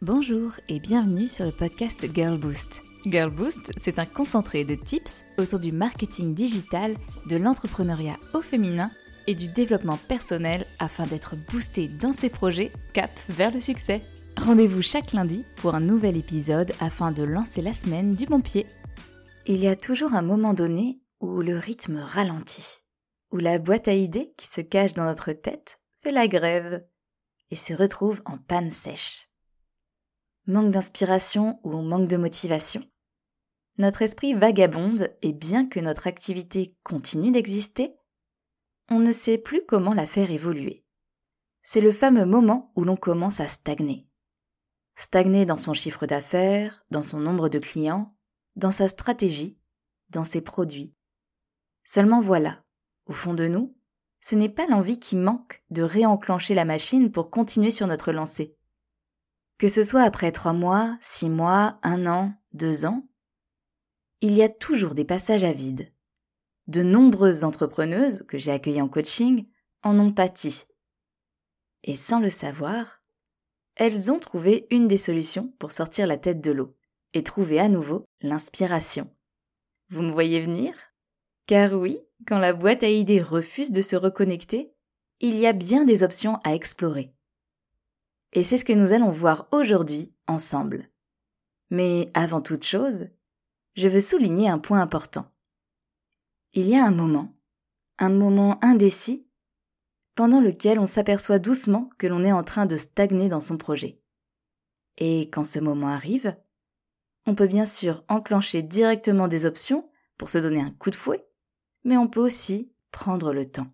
Bonjour et bienvenue sur le podcast Girl Boost. Girl Boost, c'est un concentré de tips autour du marketing digital, de l'entrepreneuriat au féminin et du développement personnel afin d'être boosté dans ses projets cap vers le succès. Rendez-vous chaque lundi pour un nouvel épisode afin de lancer la semaine du bon pied. Il y a toujours un moment donné où le rythme ralentit, où la boîte à idées qui se cache dans notre tête fait la grève et se retrouve en panne sèche. Manque d'inspiration ou manque de motivation. Notre esprit vagabonde et bien que notre activité continue d'exister, on ne sait plus comment la faire évoluer. C'est le fameux moment où l'on commence à stagner. Stagner dans son chiffre d'affaires, dans son nombre de clients, dans sa stratégie, dans ses produits. Seulement voilà, au fond de nous, ce n'est pas l'envie qui manque de réenclencher la machine pour continuer sur notre lancée. Que ce soit après 3 mois, 6 mois, 1 an, 2 ans, il y a toujours des passages à vide. De nombreuses entrepreneuses que j'ai accueillies en coaching en ont pâti. Et sans le savoir, elles ont trouvé une des solutions pour sortir la tête de l'eau et trouver à nouveau l'inspiration. Vous me voyez venir ? Car oui, quand la boîte à idées refuse de se reconnecter, il y a bien des options à explorer. Et c'est ce que nous allons voir aujourd'hui ensemble. Mais avant toute chose, je veux souligner un point important. Il y a un moment indécis, pendant lequel on s'aperçoit doucement que l'on est en train de stagner dans son projet. Et quand ce moment arrive, on peut bien sûr enclencher directement des options pour se donner un coup de fouet, mais on peut aussi prendre le temps.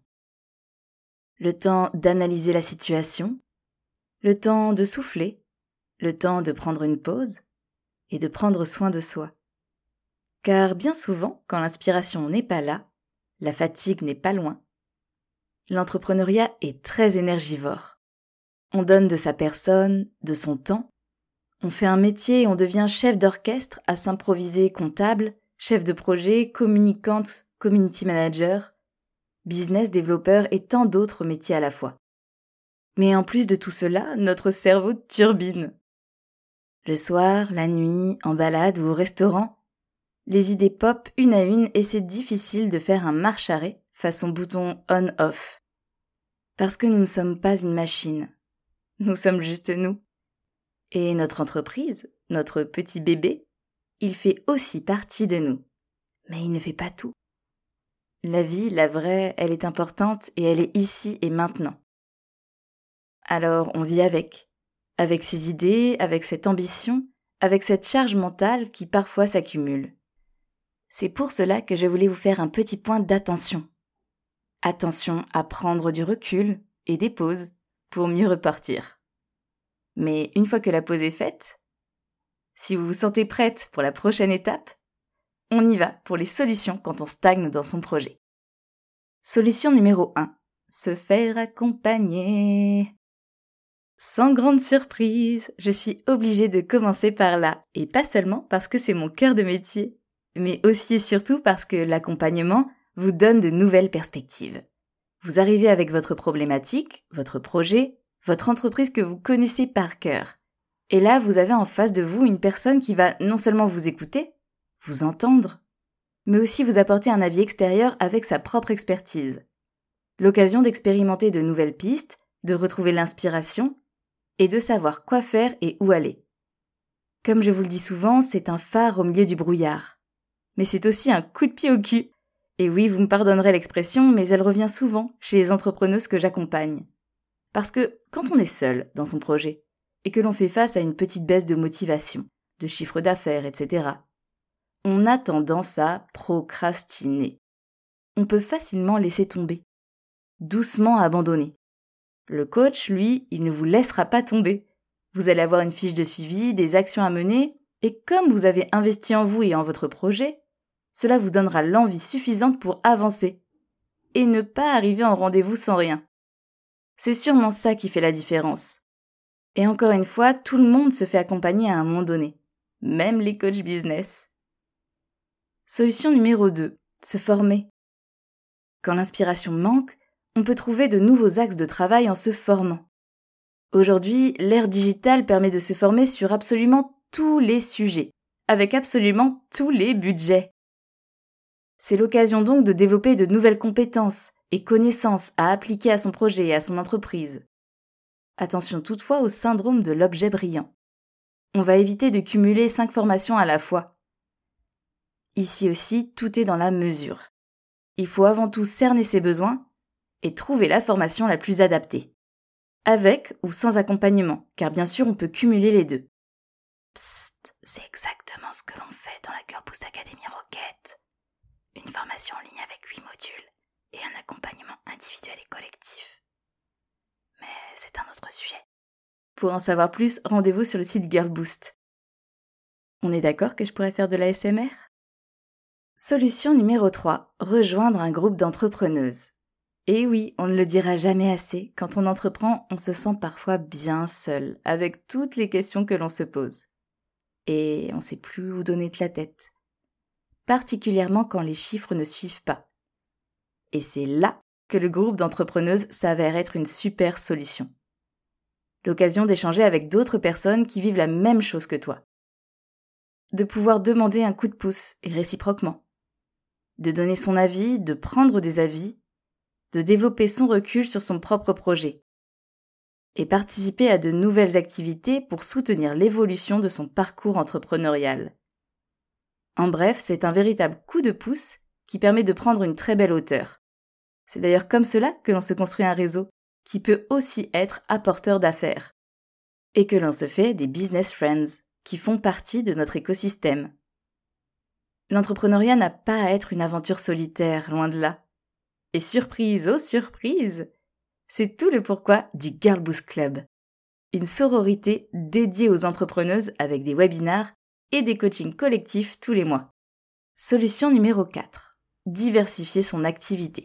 Le temps d'analyser la situation, le temps de souffler, le temps de prendre une pause et de prendre soin de soi. Car bien souvent, quand l'inspiration n'est pas là, la fatigue n'est pas loin. L'entrepreneuriat est très énergivore. On donne de sa personne, de son temps. On fait un métier et on devient chef d'orchestre à s'improviser comptable, chef de projet, communicante, community manager, business développeur et tant d'autres métiers à la fois. Mais en plus de tout cela, notre cerveau turbine. Le soir, la nuit, en balade ou au restaurant, les idées pop une à une et c'est difficile de faire un marche-arrêt façon bouton on-off. Parce que nous ne sommes pas une machine. Nous sommes juste nous. Et notre entreprise, notre petit bébé, il fait aussi partie de nous. Mais il ne fait pas tout. La vie, la vraie, elle est importante et elle est ici et maintenant. Alors on vit avec ses idées, avec cette ambition, avec cette charge mentale qui parfois s'accumule. C'est pour cela que je voulais vous faire un petit point d'attention. Attention à prendre du recul et des pauses pour mieux repartir. Mais une fois que la pause est faite, si vous vous sentez prête pour la prochaine étape, on y va pour les solutions quand on stagne dans son projet. Solution numéro 1. Se faire accompagner. Sans grande surprise, je suis obligée de commencer par là, et pas seulement parce que c'est mon cœur de métier, mais aussi et surtout parce que l'accompagnement vous donne de nouvelles perspectives. Vous arrivez avec votre problématique, votre projet, votre entreprise que vous connaissez par cœur. Et là, vous avez en face de vous une personne qui va non seulement vous écouter, vous entendre, mais aussi vous apporter un avis extérieur avec sa propre expertise. L'occasion d'expérimenter de nouvelles pistes, de retrouver l'inspiration et de savoir quoi faire et où aller. Comme je vous le dis souvent, c'est un phare au milieu du brouillard. Mais c'est aussi un coup de pied au cul. Et oui, vous me pardonnerez l'expression, mais elle revient souvent chez les entrepreneuses que j'accompagne. Parce que quand on est seul dans son projet, et que l'on fait face à une petite baisse de motivation, de chiffre d'affaires, etc., on a tendance à procrastiner. On peut facilement laisser tomber, doucement abandonner. Le coach, lui, il ne vous laissera pas tomber. Vous allez avoir une fiche de suivi, des actions à mener, et comme vous avez investi en vous et en votre projet, cela vous donnera l'envie suffisante pour avancer et ne pas arriver en rendez-vous sans rien. C'est sûrement ça qui fait la différence. Et encore une fois, tout le monde se fait accompagner à un moment donné, même les coachs business. Solution numéro 2, se former. Quand l'inspiration manque, on peut trouver de nouveaux axes de travail en se formant. Aujourd'hui, l'ère digitale permet de se former sur absolument tous les sujets, avec absolument tous les budgets. C'est l'occasion donc de développer de nouvelles compétences et connaissances à appliquer à son projet et à son entreprise. Attention toutefois au syndrome de l'objet brillant. On va éviter de cumuler 5 formations à la fois. Ici aussi, tout est dans la mesure. Il faut avant tout cerner ses besoins et trouver la formation la plus adaptée. Avec ou sans accompagnement, car bien sûr on peut cumuler les deux. Psst, c'est exactement ce que l'on fait dans la Girl Boost Academy Rocket. Une formation en ligne avec 8 modules et un accompagnement individuel et collectif. Mais c'est un autre sujet. Pour en savoir plus, rendez-vous sur le site Girl Boost. On est d'accord que je pourrais faire de la l'ASMR ? Solution numéro 3, rejoindre un groupe d'entrepreneuses. Et oui, on ne le dira jamais assez, quand on entreprend, on se sent parfois bien seul, avec toutes les questions que l'on se pose. Et on ne sait plus où donner de la tête. Particulièrement quand les chiffres ne suivent pas. Et c'est là que le groupe d'entrepreneuses s'avère être une super solution. L'occasion d'échanger avec d'autres personnes qui vivent la même chose que toi. De pouvoir demander un coup de pouce, et réciproquement. De donner son avis, de prendre des avis, de développer son recul sur son propre projet. Et participer à de nouvelles activités pour soutenir l'évolution de son parcours entrepreneurial. En bref, c'est un véritable coup de pouce qui permet de prendre une très belle hauteur. C'est d'ailleurs comme cela que l'on se construit un réseau, qui peut aussi être apporteur d'affaires. Et que l'on se fait des business friends, qui font partie de notre écosystème. L'entrepreneuriat n'a pas à être une aventure solitaire, loin de là. Et surprise, oh surprise, c'est tout le pourquoi du Girl Boost Club. Une sororité dédiée aux entrepreneuses avec des webinars et des coachings collectifs tous les mois. Solution numéro 4. Diversifier son activité.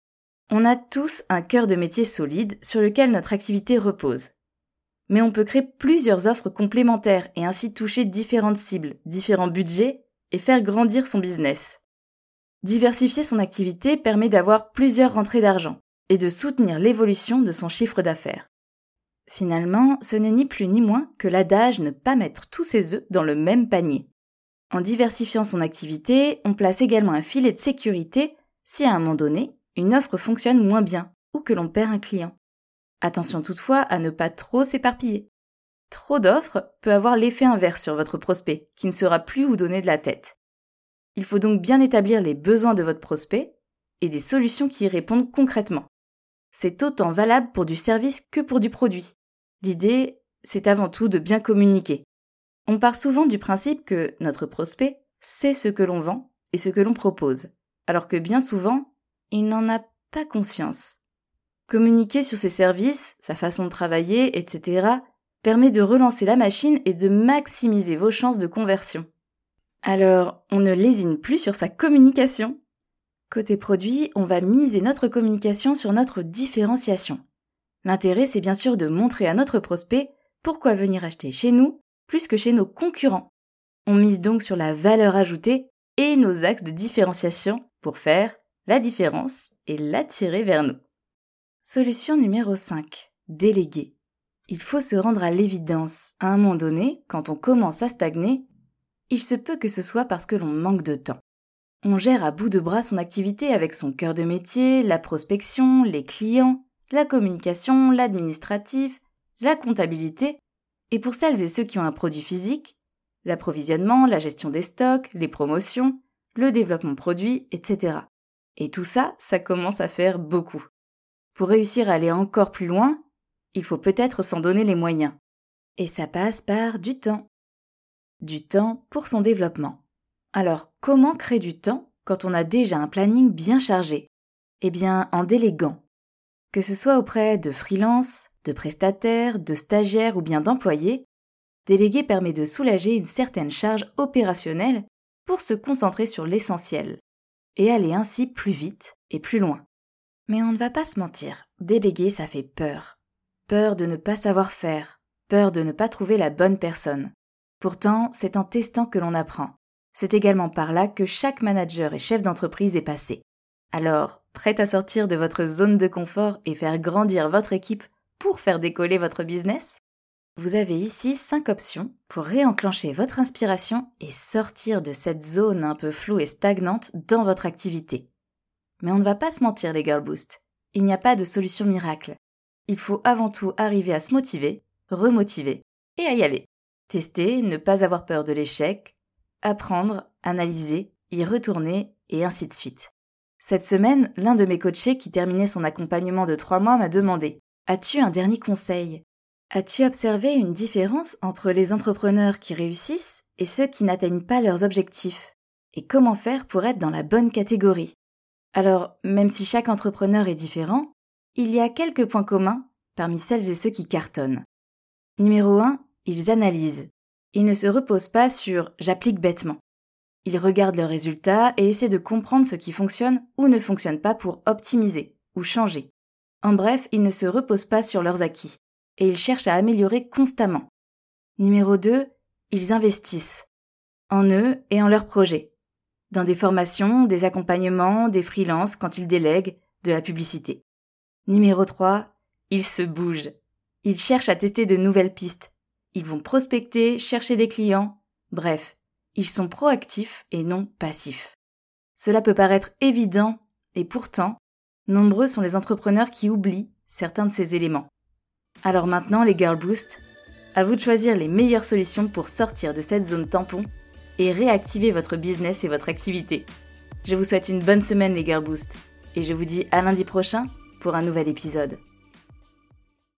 On a tous un cœur de métier solide sur lequel notre activité repose. Mais on peut créer plusieurs offres complémentaires et ainsi toucher différentes cibles, différents budgets et faire grandir son business. Diversifier son activité permet d'avoir plusieurs rentrées d'argent et de soutenir l'évolution de son chiffre d'affaires. Finalement, ce n'est ni plus ni moins que l'adage ne pas mettre tous ses œufs dans le même panier. En diversifiant son activité, on place également un filet de sécurité si à un moment donné, une offre fonctionne moins bien ou que l'on perd un client. Attention toutefois à ne pas trop s'éparpiller. Trop d'offres peut avoir l'effet inverse sur votre prospect, qui ne saura plus où donner de la tête. Il faut donc bien établir les besoins de votre prospect et des solutions qui y répondent concrètement. C'est autant valable pour du service que pour du produit. L'idée, c'est avant tout de bien communiquer. On part souvent du principe que notre prospect sait ce que l'on vend et ce que l'on propose, alors que bien souvent, il n'en a pas conscience. Communiquer sur ses services, sa façon de travailler, etc. permet de relancer la machine et de maximiser vos chances de conversion. Alors, on ne lésine plus sur sa communication. Côté produit, on va miser notre communication sur notre différenciation. L'intérêt, c'est bien sûr de montrer à notre prospect pourquoi venir acheter chez nous plus que chez nos concurrents. On mise donc sur la valeur ajoutée et nos axes de différenciation pour faire la différence et l'attirer vers nous. Solution numéro 5. Déléguer. Il faut se rendre à l'évidence. À un moment donné, quand on commence à stagner, il se peut que ce soit parce que l'on manque de temps. On gère à bout de bras son activité avec son cœur de métier, la prospection, les clients, la communication, l'administratif, la comptabilité, et pour celles et ceux qui ont un produit physique, l'approvisionnement, la gestion des stocks, les promotions, le développement produit, etc. Et tout ça, ça commence à faire beaucoup. Pour réussir à aller encore plus loin, il faut peut-être s'en donner les moyens. Et ça passe par du temps. Du temps pour son développement. Alors, comment créer du temps quand on a déjà un planning bien chargé ? Eh bien, en déléguant. Que ce soit auprès de freelance, de prestataires, de stagiaires ou bien d'employés, déléguer permet de soulager une certaine charge opérationnelle pour se concentrer sur l'essentiel et aller ainsi plus vite et plus loin. Mais on ne va pas se mentir, déléguer ça fait peur. Peur de ne pas savoir faire, peur de ne pas trouver la bonne personne. Pourtant, c'est en testant que l'on apprend. C'est également par là que chaque manager et chef d'entreprise est passé. Alors, prête à sortir de votre zone de confort et faire grandir votre équipe pour faire décoller votre business? Vous avez ici 5 options pour réenclencher votre inspiration et sortir de cette zone un peu floue et stagnante dans votre activité. Mais on ne va pas se mentir les Girl Boost, il n'y a pas de solution miracle. Il faut avant tout arriver à se motiver, remotiver et à y aller. Tester, ne pas avoir peur de l'échec, apprendre, analyser, y retourner et ainsi de suite. Cette semaine, l'un de mes coachés qui terminait son accompagnement de 3 mois m'a demandé « As-tu un dernier conseil ? As-tu observé une différence entre les entrepreneurs qui réussissent et ceux qui n'atteignent pas leurs objectifs ? Et comment faire pour être dans la bonne catégorie ?» Alors, même si chaque entrepreneur est différent, il y a quelques points communs parmi celles et ceux qui cartonnent. Numéro 1, ils analysent. Ils ne se reposent pas sur « j'applique bêtement ». Ils regardent leurs résultats et essaient de comprendre ce qui fonctionne ou ne fonctionne pas pour optimiser ou changer. En bref, ils ne se reposent pas sur leurs acquis et ils cherchent à améliorer constamment. Numéro 2, ils investissent en eux et en leurs projets, dans des formations, des accompagnements, des freelances quand ils délèguent, de la publicité. Numéro 3, ils se bougent. Ils cherchent à tester de nouvelles pistes. Ils vont prospecter, chercher des clients. Bref, ils sont proactifs et non passifs. Cela peut paraître évident et pourtant, nombreux sont les entrepreneurs qui oublient certains de ces éléments. Alors maintenant les Girl Boost, à vous de choisir les meilleures solutions pour sortir de cette zone tampon et réactiver votre business et votre activité. Je vous souhaite une bonne semaine les Girl Boost et je vous dis à lundi prochain pour un nouvel épisode.